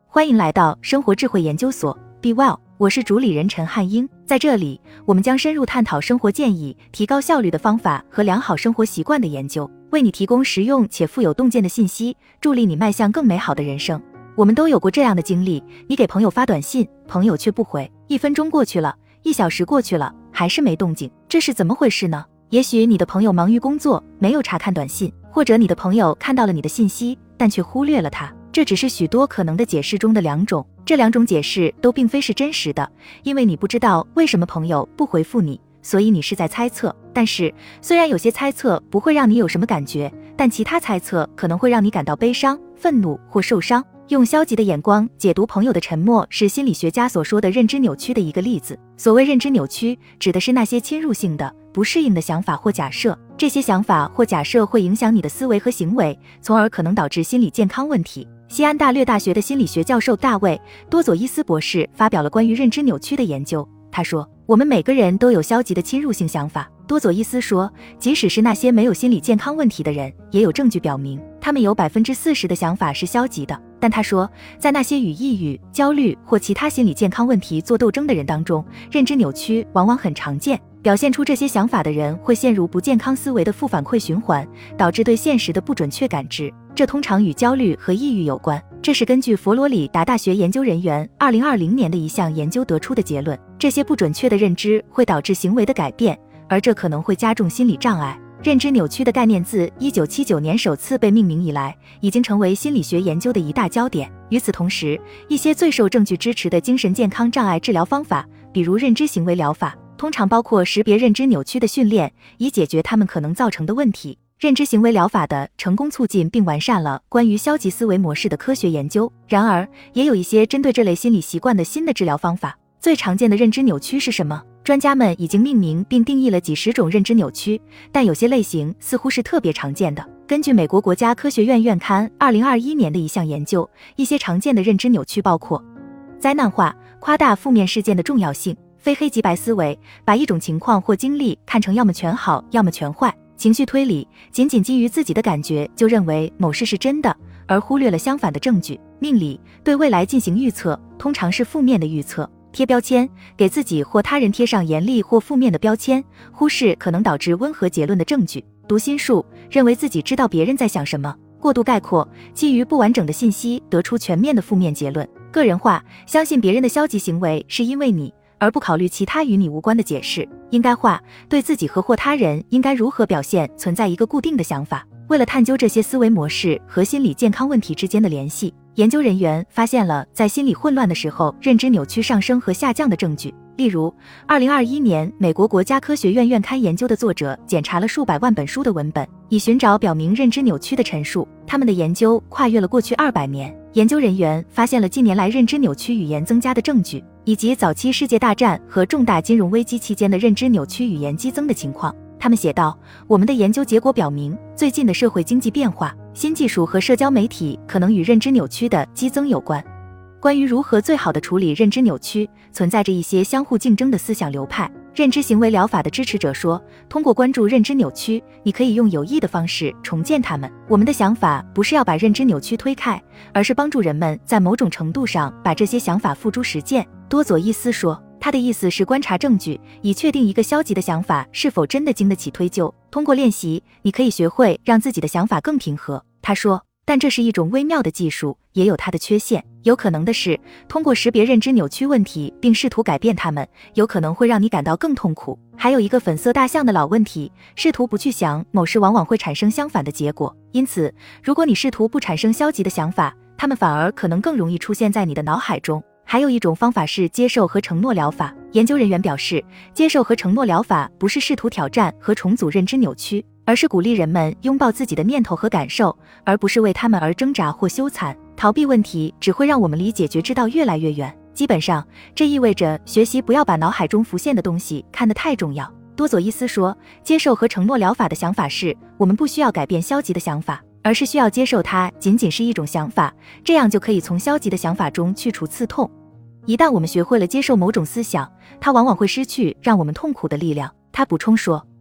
欢迎来到生活智慧研究所 Be Well， 我是主理人陈汉英。在这里，我们将深入探讨生活建议、提高效率的方法和良好生活习惯的研究，为你提供实用且富有洞见的信息，助力你迈向更美好的人生。我们都有过这样的经历，你给朋友发短信，朋友却不回，1分钟过去了，1小时过去了，还是没动静，这是怎么回事呢？也许你的朋友忙于工作，没有查看短信，或者你的朋友看到了你的信息，但却忽略了他。这只是许多可能的解释中的2种，这2种解释都并非是真实的，因为你不知道为什么朋友不回复你，所以你是在猜测。但是，虽然有些猜测不会让你有什么感觉，但其他猜测可能会让你感到悲伤、愤怒或受伤。用消极的眼光解读朋友的沉默，是心理学家所说的认知扭曲的一个例子。所谓认知扭曲，指的是那些侵入性的、不适应的想法或假设，这些想法或假设会影响你的思维和行为，从而可能导致心理健康问题。西安大略大学的心理学教授大卫·多佐伊斯博士发表了关于认知扭曲的研究。他说，我们每个人都有消极的侵入性想法。多佐伊斯说，即使是那些没有心理健康问题的人，也有证据表明他们有40%的想法是消极的。但他说，在那些与抑郁、焦虑或其他心理健康问题做斗争的人当中，认知扭曲往往很常见。表现出这些想法的人会陷入不健康思维的负反馈循环，导致对现实的不准确感知，这通常与焦虑和抑郁有关。这是根据佛罗里达大学研究人员2020年的一项研究得出的结论。这些不准确的认知会导致行为的改变，而这可能会加重心理障碍。认知扭曲的概念自1979年首次被命名以来，已经成为心理学研究的一大焦点。与此同时，一些最受证据支持的精神健康障碍治疗方法，比如认知行为疗法，通常包括识别认知扭曲的训练，以解决它们可能造成的问题。认知行为疗法的成功促进并完善了关于消极思维模式的科学研究。然而，也有一些针对这类心理习惯的新的治疗方法。最常见的认知扭曲是什么？专家们已经命名并定义了几十种认知扭曲，但有些类型似乎是特别常见的。根据美国国家科学院院刊2021年的一项研究，一些常见的认知扭曲包括灾难化，夸大负面事件的重要性；非黑即白思维，把一种情况或经历看成要么全好，要么全坏；情绪推理，仅仅基于自己的感觉就认为某事是真的，而忽略了相反的证据；命理，对未来进行预测，通常是负面的预测；贴标签，给自己或他人贴上严厉或负面的标签，忽视可能导致温和结论的证据；读心术，认为自己知道别人在想什么；过度概括，基于不完整的信息得出全面的负面结论；个人化，相信别人的消极行为是因为你，而不考虑其他与你无关的解释；应该化，对自己和或他人应该如何表现存在一个固定的想法。为了探究这些思维模式和心理健康问题之间的联系，研究人员发现了在心理混乱的时候认知扭曲上升和下降的证据。例如，2021年美国国家科学院院刊研究的作者检查了数百万本书的文本，以寻找表明认知扭曲的陈述。他们的研究跨越了过去200年。研究人员发现了近年来认知扭曲语言增加的证据，以及早期世界大战和重大金融危机期间的认知扭曲语言激增的情况。他们写道，我们的研究结果表明，最近的社会经济变化、新技术和社交媒体可能与认知扭曲的激增有关。关于如何最好地处理认知扭曲，存在着一些相互竞争的思想流派。认知行为疗法的支持者说，通过关注认知扭曲，你可以用有益的方式重建它们。我们的想法不是要把认知扭曲推开，而是帮助人们在某种程度上把这些想法付诸实践。多佐伊斯说，他的意思是观察证据，以确定一个消极的想法是否真的经得起推究。通过练习，你可以学会让自己的想法更平和。他说，但这是一种微妙的技术，也有它的缺陷。有可能的是，通过识别认知扭曲问题并试图改变它们，有可能会让你感到更痛苦。还有一个粉色大象的老问题，试图不去想某事往往会产生相反的结果。因此，如果你试图不产生消极的想法，它们反而可能更容易出现在你的脑海中。还有一种方法是接受和承诺疗法。研究人员表示，接受和承诺疗法不是试图挑战和重组认知扭曲，而是鼓励人们拥抱自己的念头和感受，而不是为他们而挣扎或羞惭。逃避问题只会让我们离解决之道越来越远。基本上，这意味着学习不要把脑海中浮现的东西看得太重要。多佐伊斯说，接受和承诺疗法的想法是，我们不需要改变消极的想法，而是需要接受它仅仅是一种想法，这样就可以从消极的想法中去除刺痛。一旦我们学会了接受某种思想，它往往会失去让我们痛苦的力量。他补充说，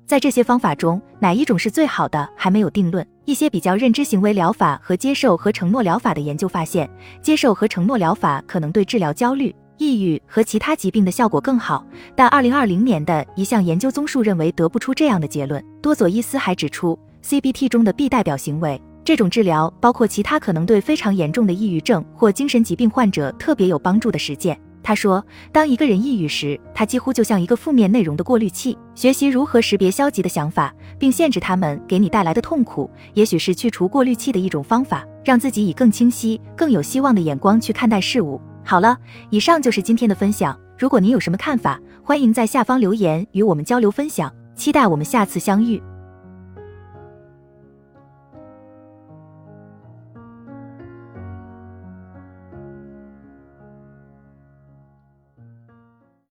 在这些方法中，哪一种是最好的还没有定论。一些比较认知行为疗法和接受和承诺疗法的研究发现，接受和承诺疗法可能对治疗焦虑、抑郁和其他疾病的效果更好，但2020年的一项研究综述认为得不出这样的结论。多佐伊斯还指出 ，CBT 中的 B 代表行为这种治疗包括其他可能对非常严重的抑郁症或精神疾病患者特别有帮助的实践。他说，当一个人抑郁时，他几乎就像一个负面内容的过滤器，学习如何识别消极的想法，并限制他们给你带来的痛苦，也许是去除过滤器的一种方法，让自己以更清晰、更有希望的眼光去看待事物。好了，以上就是今天的分享。如果您有什么看法，欢迎在下方留言与我们交流分享，期待我们下次相遇。